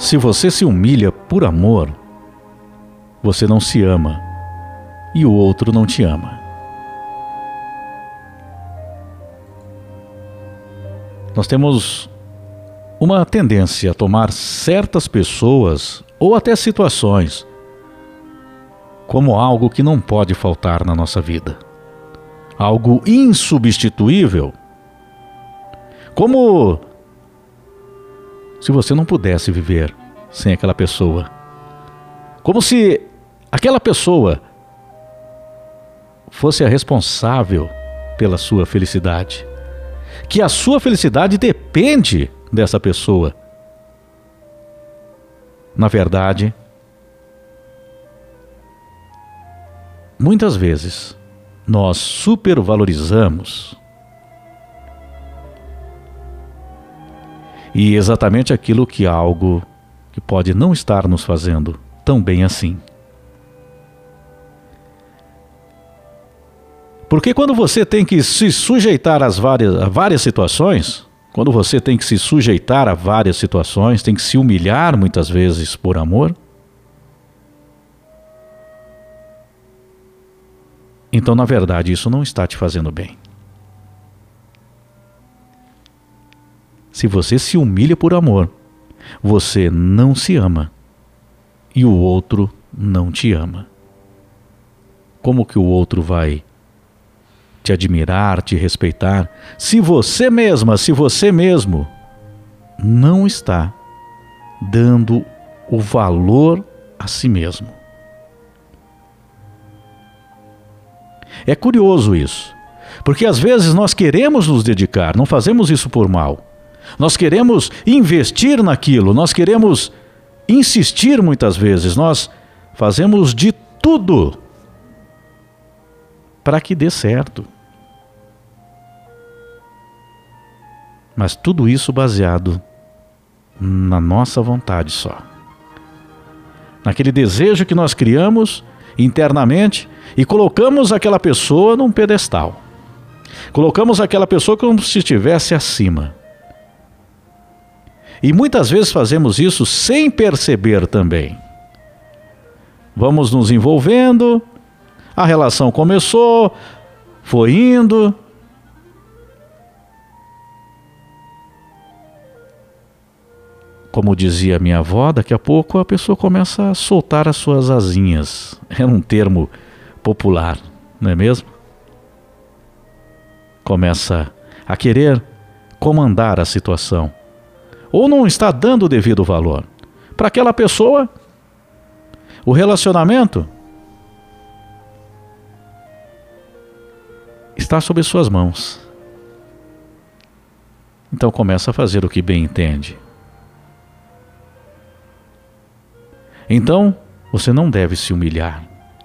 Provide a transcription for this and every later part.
Se você se humilha por amor, você não se ama e o outro não te ama. Nós temos uma tendência a tomar certas pessoas ou até situações como algo que não pode faltar na nossa vida. Algo insubstituível. Como se você não pudesse viver sem aquela pessoa. Como se aquela pessoa fosse a responsável pela sua felicidade. Que a sua felicidade depende dessa pessoa. Na verdade, muitas vezes nós supervalorizamos e exatamente aquilo que algo que pode não estar nos fazendo tão bem assim. Porque quando você tem que se sujeitar a várias situações, quando você tem que se sujeitar a várias situações, tem que se humilhar muitas vezes por amor, então na verdade isso não está te fazendo bem. Se você se humilha por amor, você não se ama e o outro não te ama. Como que o outro vai te admirar, te respeitar, se você mesma, se você mesmo não está dando o valor a si mesmo? É curioso isso, porque às vezes nós queremos nos dedicar, não fazemos isso por mal. Nós queremos investir naquilo, nós queremos insistir muitas vezes, nós fazemos de tudo para que dê certo. Mas tudo isso baseado na nossa vontade só. Naquele desejo que nós criamos internamente e colocamos aquela pessoa num pedestal. Colocamos aquela pessoa como se estivesse acima. E muitas vezes fazemos isso sem perceber também. Vamos nos envolvendo, a relação começou, foi indo. Como dizia minha avó, daqui a pouco a pessoa começa a soltar as suas asinhas. É um termo popular, não é mesmo? Começa a querer comandar a situação. Ou não está dando o devido valor. Para aquela pessoa, o relacionamento está sob suas mãos. Então começa a fazer o que bem entende. Então, você não deve se humilhar.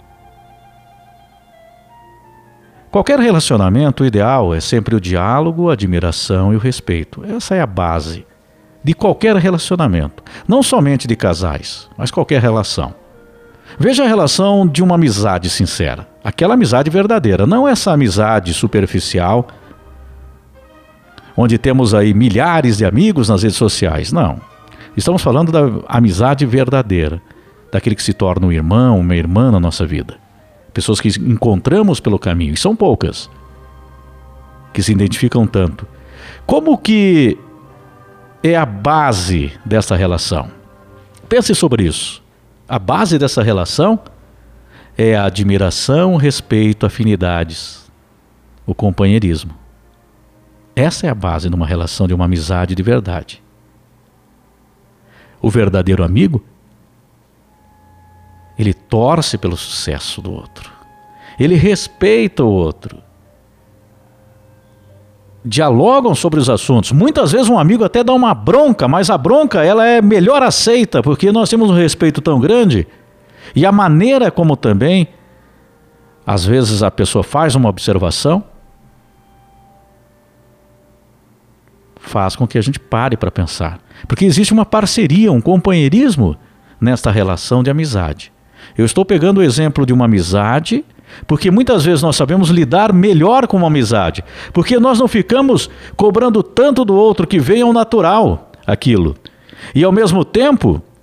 Qualquer relacionamento, o ideal é sempre o diálogo, a admiração e o respeito. Essa é a base de qualquer relacionamento. Não somente de casais, mas qualquer relação. Veja a relação de uma amizade sincera. Aquela amizade verdadeira, não essa amizade superficial, onde temos aí milhares de amigos nas redes sociais. Não. Estamos falando da amizade verdadeira, daquele que se torna um irmão, uma irmã na nossa vida. Pessoas que encontramos pelo caminho, e são poucas, que se identificam tanto. Como que é a base dessa relação? Pense sobre isso. A base dessa relação é a admiração, respeito, afinidades, o companheirismo. Essa é a base de uma relação, de uma amizade de verdade. O verdadeiro amigo, ele torce pelo sucesso do outro. Ele respeita o outro. Dialogam sobre os assuntos. Muitas vezes um amigo até dá uma bronca, mas a bronca ela é melhor aceita, porque nós temos um respeito tão grande. E a maneira como também, às vezes a pessoa faz uma observação, faz com que a gente pare para pensar. Porque existe uma parceria, um companheirismo nesta relação de amizade. Eu estou pegando o exemplo de uma amizade, porque muitas vezes nós sabemos lidar melhor com uma amizade, porque nós não ficamos cobrando tanto do outro, que venha ao natural aquilo. E ao mesmo tempo,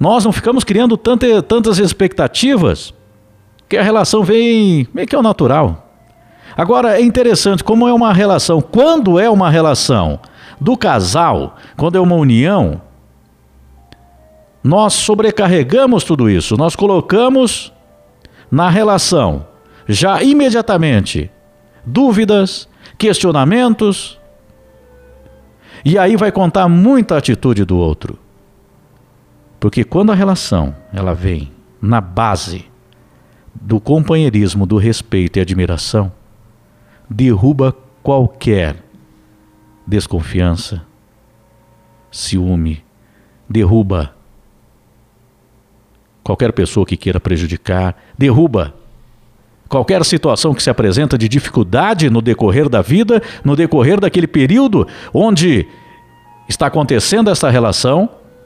Nós não ficamos criando tantas expectativas, que a relação vem meio que ao natural. Agora, é interessante como é uma relação, quando é uma relação do casal, quando é uma união, nós sobrecarregamos tudo isso, nós colocamos na relação, já imediatamente, dúvidas, questionamentos, e aí vai contar muita atitude do outro. Porque quando a relação, ela vem na base do companheirismo, do respeito e admiração, derruba qualquer desconfiança, ciúme, derruba qualquer pessoa que queira prejudicar, derruba qualquer situação que se apresenta de dificuldade no decorrer da vida, no decorrer daquele período onde está acontecendo essa relação.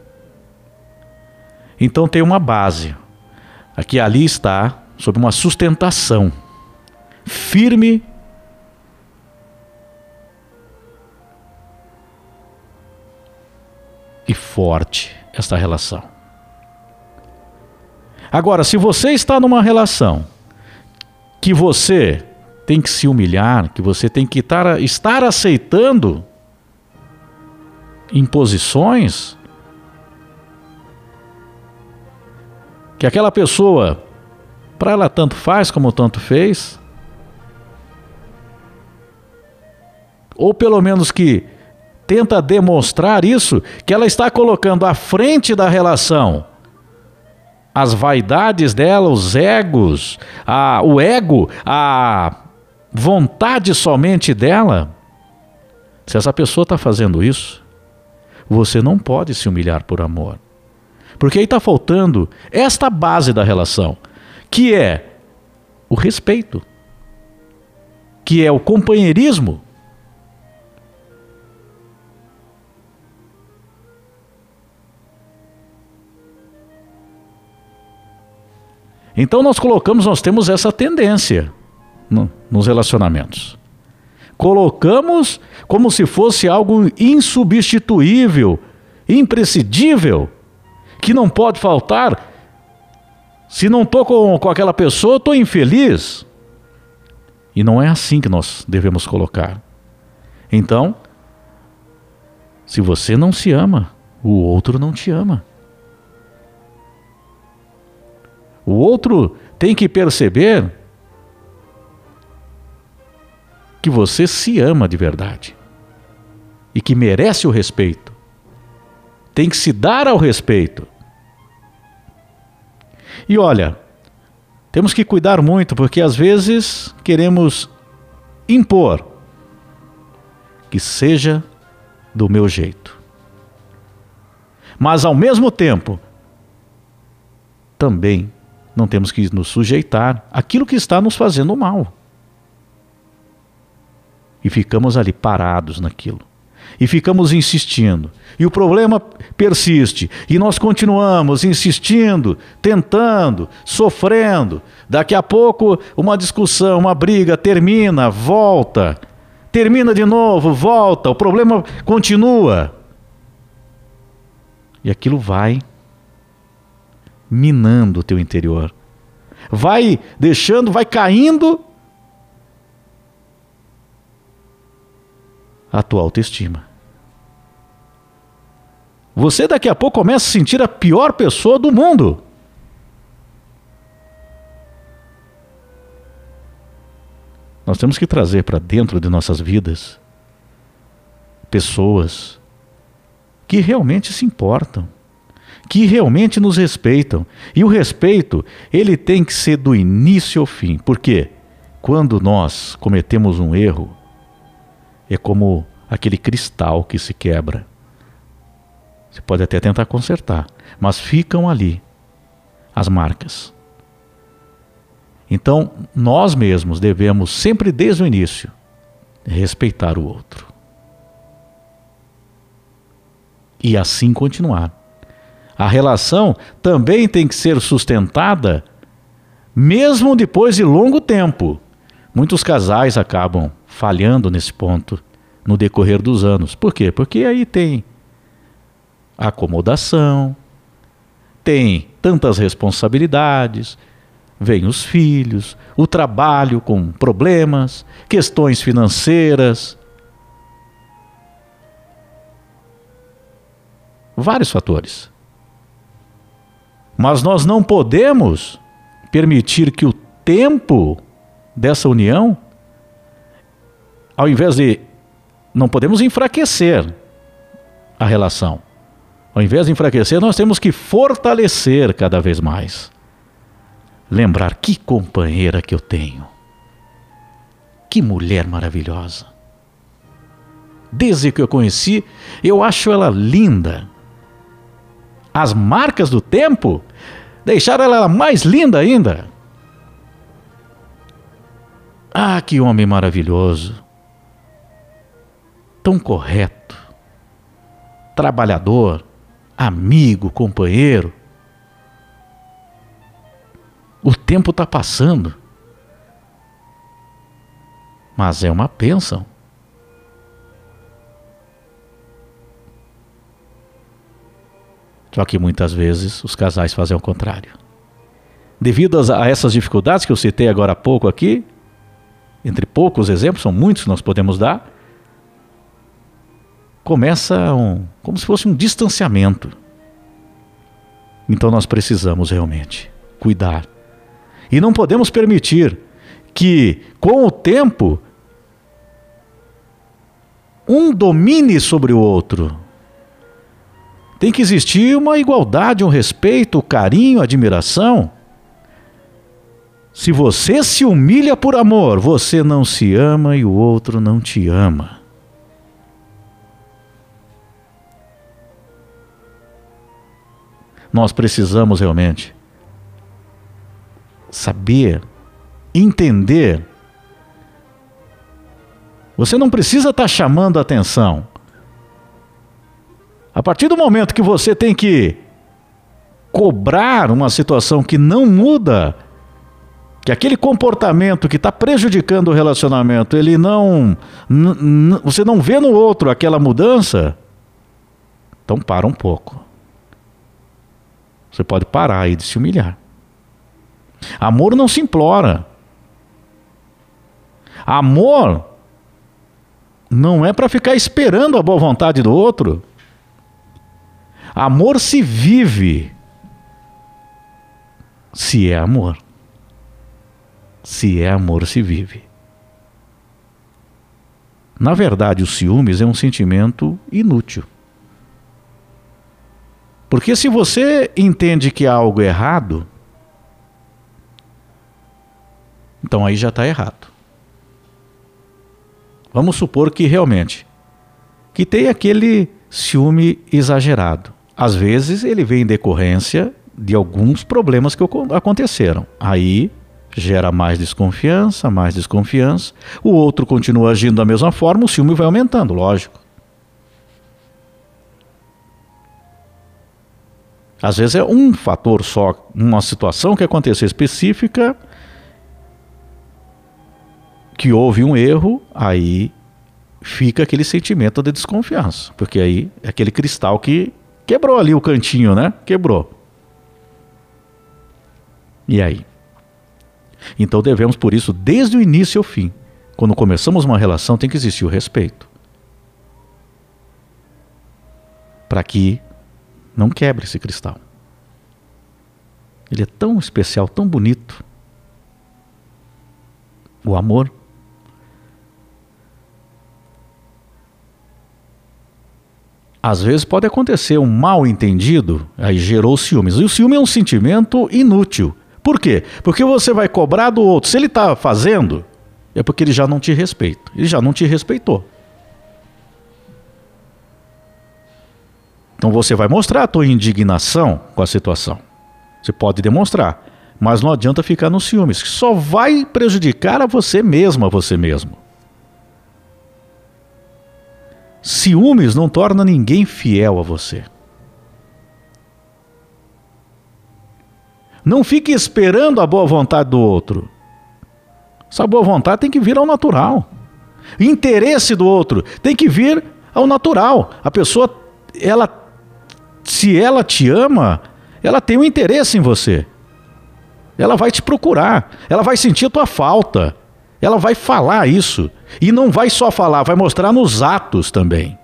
Então tem uma base, aqui ali está sob uma sustentação firme e forte esta relação. Agora, se você está numa relação que você tem que se humilhar, que você tem que estar aceitando imposições, que aquela pessoa, para ela tanto faz como tanto fez, ou pelo menos que tenta demonstrar isso, que ela está colocando à frente da relação as vaidades dela, os egos, o ego, a vontade somente dela. Se essa pessoa está fazendo isso, você não pode se humilhar por amor. Porque aí está faltando esta base da relação, que é o respeito, que é o companheirismo. Então nós temos essa tendência nos relacionamentos. Colocamos como se fosse algo insubstituível, imprescindível, que não pode faltar. Se não estou com aquela pessoa, estou infeliz. E não é assim que nós devemos colocar. Então, se você não se ama, o outro não te ama. O outro tem que perceber que você se ama de verdade e que merece o respeito. Tem que se dar ao respeito. E olha, temos que cuidar muito, porque às vezes queremos impor que seja do meu jeito. Mas ao mesmo tempo, também não temos que nos sujeitar àquilo que está nos fazendo mal. E ficamos ali parados naquilo. E ficamos insistindo. E o problema persiste. E nós continuamos insistindo, tentando, sofrendo. Daqui a pouco uma discussão, uma briga, termina, volta. Termina de novo, volta. O problema continua. E aquilo vai minando o teu interior. Vai deixando, vai caindo a tua autoestima. Você daqui a pouco começa a sentir a pior pessoa do mundo. Nós temos que trazer para dentro de nossas vidas pessoas que realmente se importam, que realmente nos respeitam. E o respeito, ele tem que ser do início ao fim. Por quê? Quando nós cometemos um erro, é como aquele cristal que se quebra. Você pode até tentar consertar, mas ficam ali as marcas. Então, nós mesmos devemos sempre desde o início respeitar o outro. E assim continuar. A relação também tem que ser sustentada mesmo depois de longo tempo. Muitos casais acabam falhando nesse ponto no decorrer dos anos. Por quê? Porque aí tem acomodação, tem tantas responsabilidades, vem os filhos, o trabalho com problemas, questões financeiras, vários fatores. Mas nós não podemos permitir que o tempo dessa união, ao invés de... Não podemos enfraquecer a relação. Ao invés de enfraquecer, nós temos que fortalecer cada vez mais. Lembrar, que companheira que eu tenho. Que mulher maravilhosa. Desde que eu conheci, eu acho ela linda. As marcas do tempo deixaram ela mais linda ainda. Ah, que homem maravilhoso. Tão correto. Trabalhador, amigo, companheiro. O tempo está passando. Mas é uma bênção. Só que muitas vezes os casais fazem o contrário. Devido a essas dificuldades que eu citei agora há pouco aqui, entre poucos exemplos, são muitos que nós podemos dar, começa como se fosse um distanciamento. Então nós precisamos realmente cuidar. E não podemos permitir que, com o tempo, um domine sobre o outro. Tem que existir uma igualdade, um respeito, carinho, admiração. Se você se humilha por amor, você não se ama e o outro não te ama. Nós precisamos realmente saber, entender. Você não precisa estar chamando a atenção. A partir do momento que você tem que cobrar uma situação que não muda, que aquele comportamento que está prejudicando o relacionamento, ele você não vê no outro aquela mudança, então para um pouco. Você pode parar aí de se humilhar. Amor não se implora. Amor não é para ficar esperando a boa vontade do outro. Amor se vive. Se é amor. Se é amor, se vive. Na verdade, o ciúmes é um sentimento inútil. Porque se você entende que há algo errado, então aí já está errado. Vamos supor que realmente, que tem aquele ciúme exagerado. Às vezes ele vem em decorrência de alguns problemas que aconteceram. Aí gera mais desconfiança. O outro continua agindo da mesma forma, o ciúme vai aumentando, lógico. Às vezes é um fator só, uma situação que aconteceu específica, que houve um erro, aí fica aquele sentimento de desconfiança. Porque aí é aquele cristal que quebrou ali o cantinho, né? Quebrou. E aí? Então devemos, por isso, desde o início ao fim, quando começamos uma relação, tem que existir o respeito. Para que não quebre esse cristal. Ele é tão especial, tão bonito. O amor. Às vezes pode acontecer um mal entendido, aí gerou ciúmes. E o ciúme é um sentimento inútil. Por quê? Porque você vai cobrar do outro. Se ele está fazendo, é porque ele já não te respeita. Ele já não te respeitou. Então você vai mostrar a tua indignação com a situação. Você pode demonstrar, mas não adianta ficar nos ciúmes, que só vai prejudicar a você mesmo, a você mesmo. Ciúmes não torna ninguém fiel a você. Não fique esperando a boa vontade do outro. Essa boa vontade tem que vir ao natural. O interesse do outro tem que vir ao natural. A pessoa, se ela te ama, ela tem um interesse em você. Ela vai te procurar, ela vai sentir a tua falta, ela vai falar isso. E não vai só falar, vai mostrar nos atos também.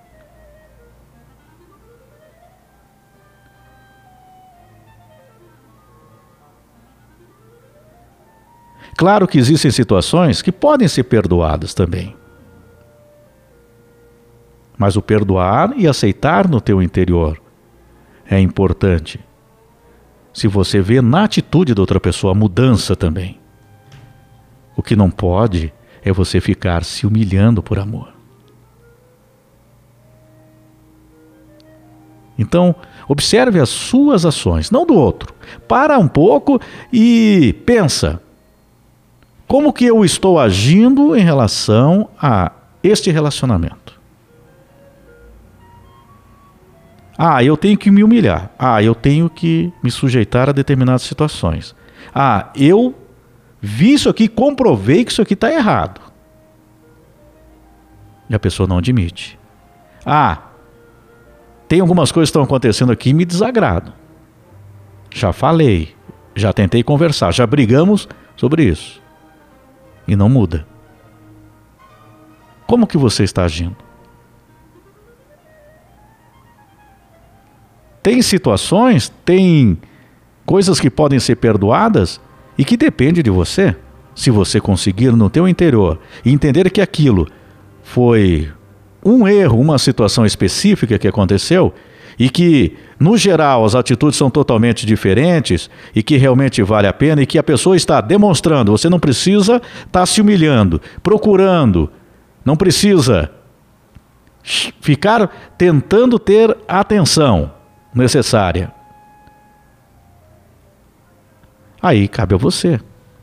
Claro que existem situações que podem ser perdoadas também. Mas o perdoar e aceitar no teu interior é importante. Se você vê na atitude da outra pessoa a mudança também. O que não pode é você ficar se humilhando por amor. Então, observe as suas ações, não do outro. Para um pouco e pensa. Como que eu estou agindo em relação a este relacionamento? Eu tenho que me humilhar. Eu tenho que me sujeitar a determinadas situações. Eu vi isso aqui, comprovei que isso aqui está errado. E a pessoa não admite. Tem algumas coisas que estão acontecendo aqui e me desagradam. Já falei, já tentei conversar, já brigamos sobre isso. E não muda. Como que você está agindo? Tem situações, tem coisas que podem ser perdoadas e que depende de você. Se você conseguir no teu interior entender que aquilo foi um erro, uma situação específica que aconteceu e que, no geral, as atitudes são totalmente diferentes e que realmente vale a pena e que a pessoa está demonstrando, você não precisa estar se humilhando, procurando, não precisa ficar tentando ter a atenção necessária. Aí cabe a você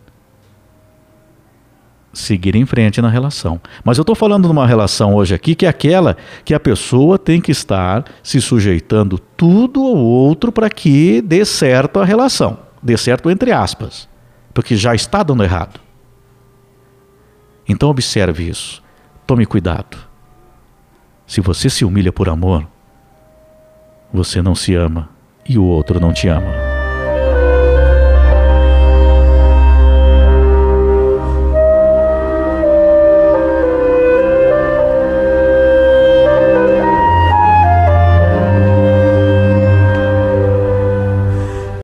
seguir em frente na relação. Mas eu estou falando de uma relação hoje aqui que é aquela que a pessoa tem que estar se sujeitando tudo ao outro para que dê certo a relação. Dê certo entre aspas. Porque já está dando errado. Então observe isso. Tome cuidado. Se você se humilha por amor, você não se ama e o outro não te ama.